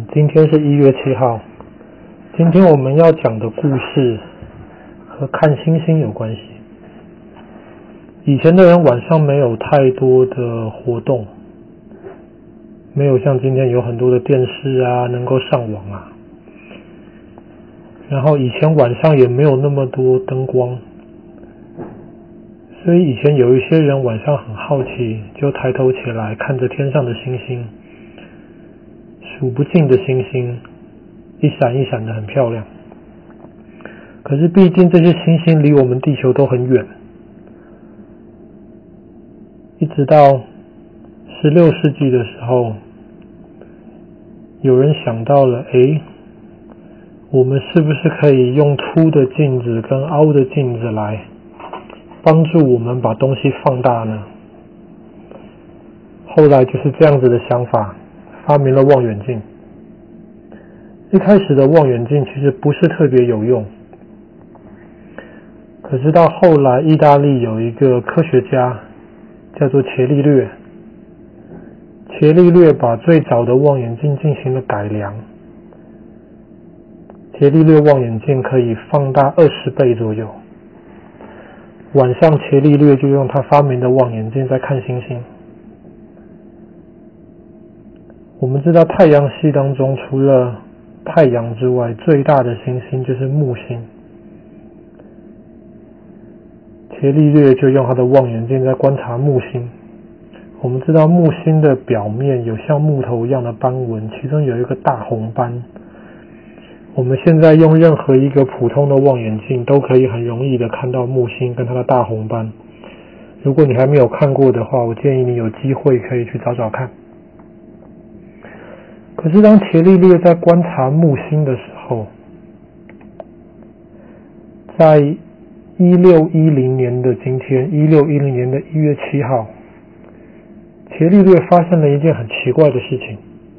今天是1月7号。今天我们要讲的故事和看星星有关系。以前的人晚上没有太多的活动，没有像今天有很多的电视啊，能够上网啊。然后以前晚上也没有那么多灯光，所以以前有一些人晚上很好奇，就抬头起来看着天上的星星，数不尽的星星，一闪一闪的很漂亮。可是毕竟这些星星离我们地球都很远，一直到16世纪的时候，有人想到了，我们是不是可以用凸的镜子跟凹的镜子来帮助我们把东西放大呢？后来就是这样子的想法，发明了望远镜。一开始的望远镜其实不是特别有用，可是到后来意大利有一个科学家叫做伽利略，伽利略把最早的望远镜进行了改良。伽利略望远镜可以放大20倍左右。晚上伽利略就用他发明的望远镜在看星星。我们知道太阳系当中除了太阳之外，最大的行星就是木星。伽利略就用他的望远镜在观察木星。我们知道木星的表面有像木头一样的斑纹，其中有一个大红斑。我们现在用任何一个普通的望远镜都可以很容易的看到木星跟它的大红斑。如果你还没有看过的话，我建议你有机会可以去找找看。可是当伽利略在观察木星的时候，在1610年的今天，1610年的1月7号，伽利略发现了一件很奇怪的事情。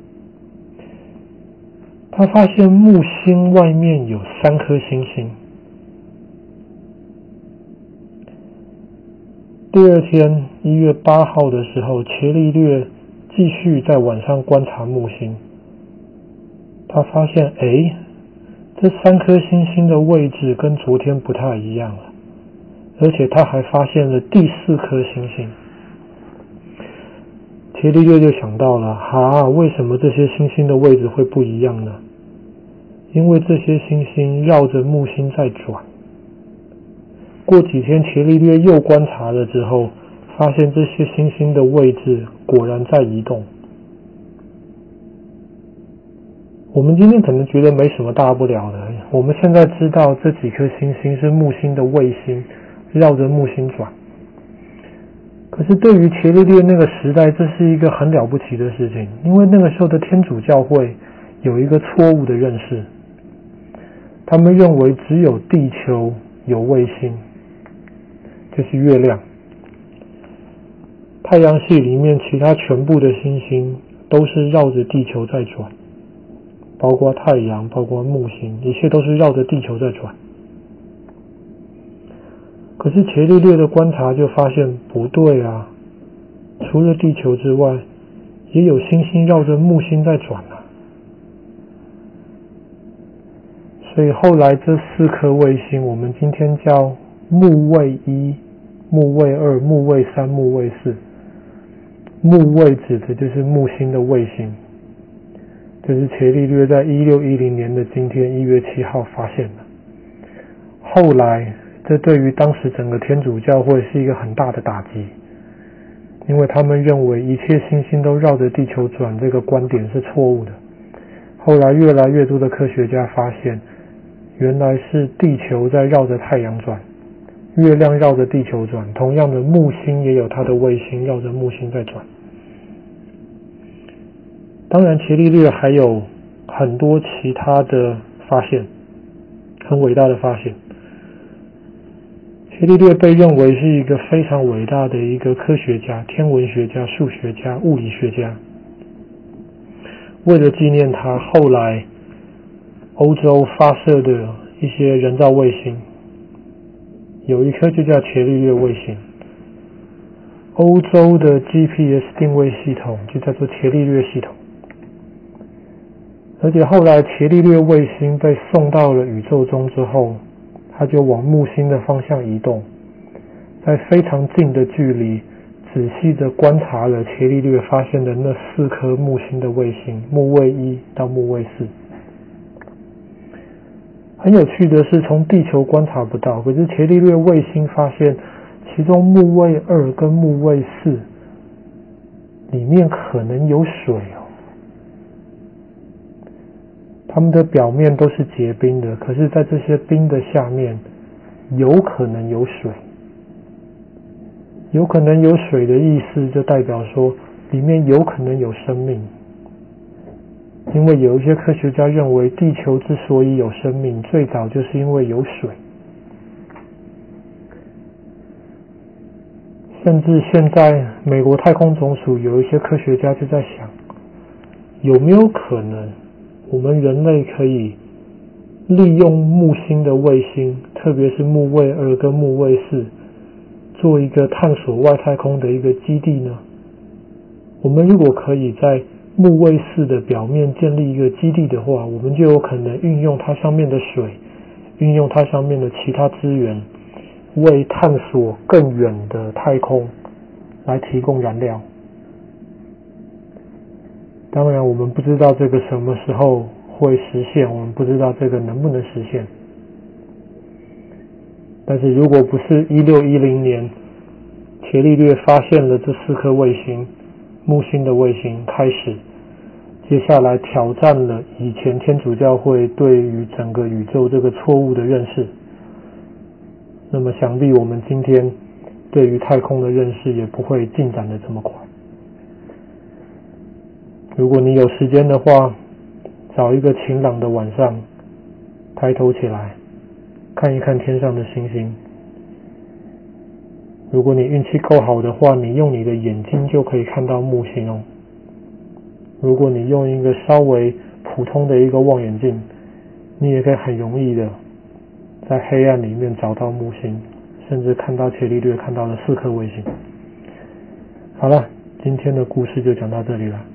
他发现木星外面有3颗星星。第二天1月8号的时候，伽利略继续在晚上观察木星。他发现这3颗星星的位置跟昨天不太一样了，而且他还发现了第4颗星星。伽利略就想到了，为什么这些星星的位置会不一样呢？因为这些星星绕着木星在转。过几天伽利略又观察了之后，发现这些星星的位置果然在移动。我们今天可能觉得没什么大不了的，我们现在知道这几颗星星是木星的卫星，绕着木星转。可是对于伽利略那个时代，这是一个很了不起的事情，因为那个时候的天主教会有一个错误的认识，他们认为只有地球有卫星，就是月亮。太阳系里面其他全部的星星都是绕着地球在转，包括太阳，包括木星，一切都是绕着地球在转。可是伽利略的观察就发现不对啊，除了地球之外，也有星星绕着木星在转啊。所以后来这4颗卫星，我们今天叫木卫1、木卫2、木卫3、木卫4。木卫指的就是木星的卫星，这是伽利略在1610年的今天1月7号发现的。后来这对于当时整个天主教会是一个很大的打击，因为他们认为一切星星都绕着地球转，这个观点是错误的。后来越来越多的科学家发现，原来是地球在绕着太阳转，月亮绕着地球转，同样的木星也有它的卫星绕着木星在转。当然伽利略还有很多其他的发现，很伟大的发现。伽利略被认为是一个非常伟大的一个科学家、天文学家、数学家、物理学家。为了纪念他，后来欧洲发射的一些人造卫星，有一颗就叫伽利略卫星。欧洲的 GPS 定位系统就叫做伽利略系统。 而且后来伽利略卫星被送到了宇宙中之后，它就往木星的方向移动，在非常近的距离仔细的观察了伽利略发现的那4颗木星的卫星，木卫1到木卫4。很有趣的是，从地球观察不到，可是伽利略卫星发现其中木卫2跟木卫4里面可能有水哦。它们的表面都是结冰的，可是在这些冰的下面有可能有水。有可能有水的意思就代表说里面有可能有生命，因为有一些科学家认为地球之所以有生命，最早就是因为有水。甚至现在美国太空总署有一些科学家就在想，有没有可能我们人类可以利用木星的卫星，特别是木卫2跟木卫4，做一个探索外太空的一个基地呢？我们如果可以在木卫4的表面建立一个基地的话，我们就有可能运用它上面的水，运用它上面的其他资源，为探索更远的太空来提供燃料。当然我们不知道这个什么时候会实现，我们不知道这个能不能实现。但是如果不是1610年伽利略发现了这4颗卫星，木星的卫星开始，接下来挑战了以前天主教会对于整个宇宙这个错误的认识，那么想必我们今天对于太空的认识也不会进展得这么快。如果你有时间的话，找一个晴朗的晚上，抬头起来看一看天上的星星。如果你运气够好的话，你用你的眼睛就可以看到木星哦。如果你用一个稍微普通的一个望远镜，你也可以很容易的在黑暗里面找到木星，甚至看到伽利略看到了4颗卫星。好了，今天的故事就讲到这里了。